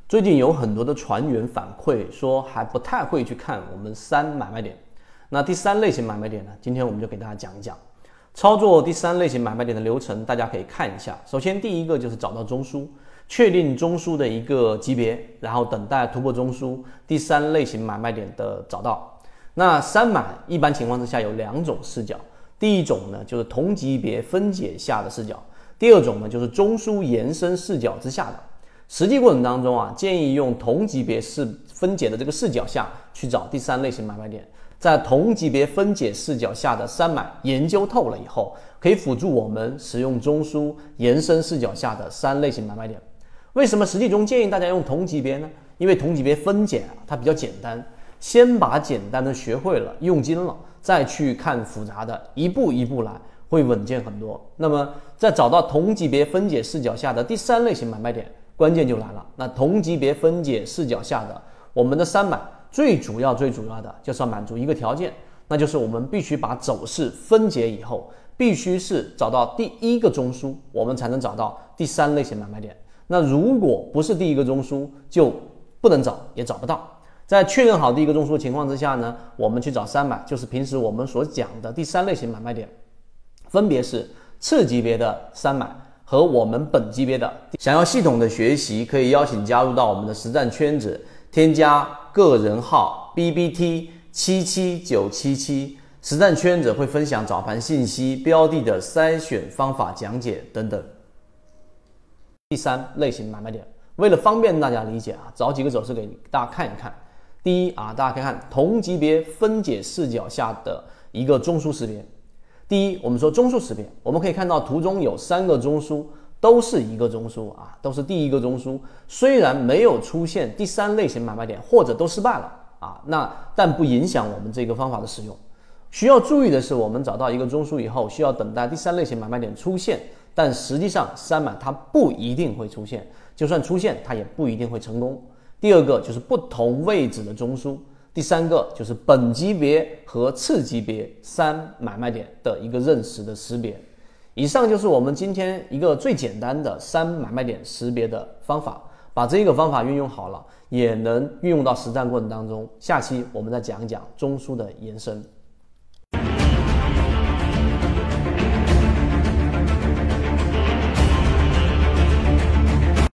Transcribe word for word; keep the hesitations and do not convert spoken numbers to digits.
最近有很多的船员反馈说还不太会去看我们三买卖点。那第三类型买卖点呢，今天我们就给大家讲一讲操作第三类型买卖点的流程，大家可以看一下。首先第一个就是找到中枢，确定中枢的一个级别，然后等待突破中枢，第三类型买卖点的找到。那三买一般情况之下有两种视角，第一种呢就是同级别分解下的视角，第二种呢就是中枢延伸视角之下的。实际过程当中啊，建议用同级别视分解的这个视角下去找第三类型买卖点，在同级别分解视角下的三买研究透了以后，可以辅助我们使用中枢延伸视角下的三类型买卖点。为什么实际中建议大家用同级别呢？因为同级别分解啊，它比较简单，先把简单的学会了，用精了，再去看复杂的，一步一步来，会稳健很多。那么在找到同级别分解视角下的第三类型买卖点，关键就来了。那同级别分解视角下的我们的三买，最主要最主要的就是要满足一个条件，那就是我们必须把走势分解以后，必须是找到第一个中枢，我们才能找到第三类型买卖点。那如果不是第一个中枢，就不能找，也找不到。在确认好第一个中枢的情况之下呢，我们去找三买，就是平时我们所讲的第三类型买卖点，分别是次级别的三买和我们本级别的。想要系统的学习，可以邀请加入到我们的实战圈子，添加个人号 B B T 七七九七七，实战圈子会分享早盘信息、标的的筛选方法讲解等等。第三类型买卖点，为了方便大家理解啊，找几个走势给大家看一看。第一啊，大家可以看同级别分解视角下的一个中枢识别。第一，我们说中枢识别，我们可以看到图中有三个中枢，都是一个中枢啊，都是第一个中枢。虽然没有出现第三类型买卖点，或者都失败了啊，那但不影响我们这个方法的使用。需要注意的是，我们找到一个中枢以后，需要等待第三类型买卖点出现，但实际上三买它不一定会出现，就算出现，它也不一定会成功。第二个就是不同位置的中枢，第三个就是本级别和次级别三买卖点的一个认识的识别。以上就是我们今天一个最简单的三买卖点识别的方法，把这个方法运用好了，也能运用到实战过程当中。下期我们再讲一讲中枢的延伸。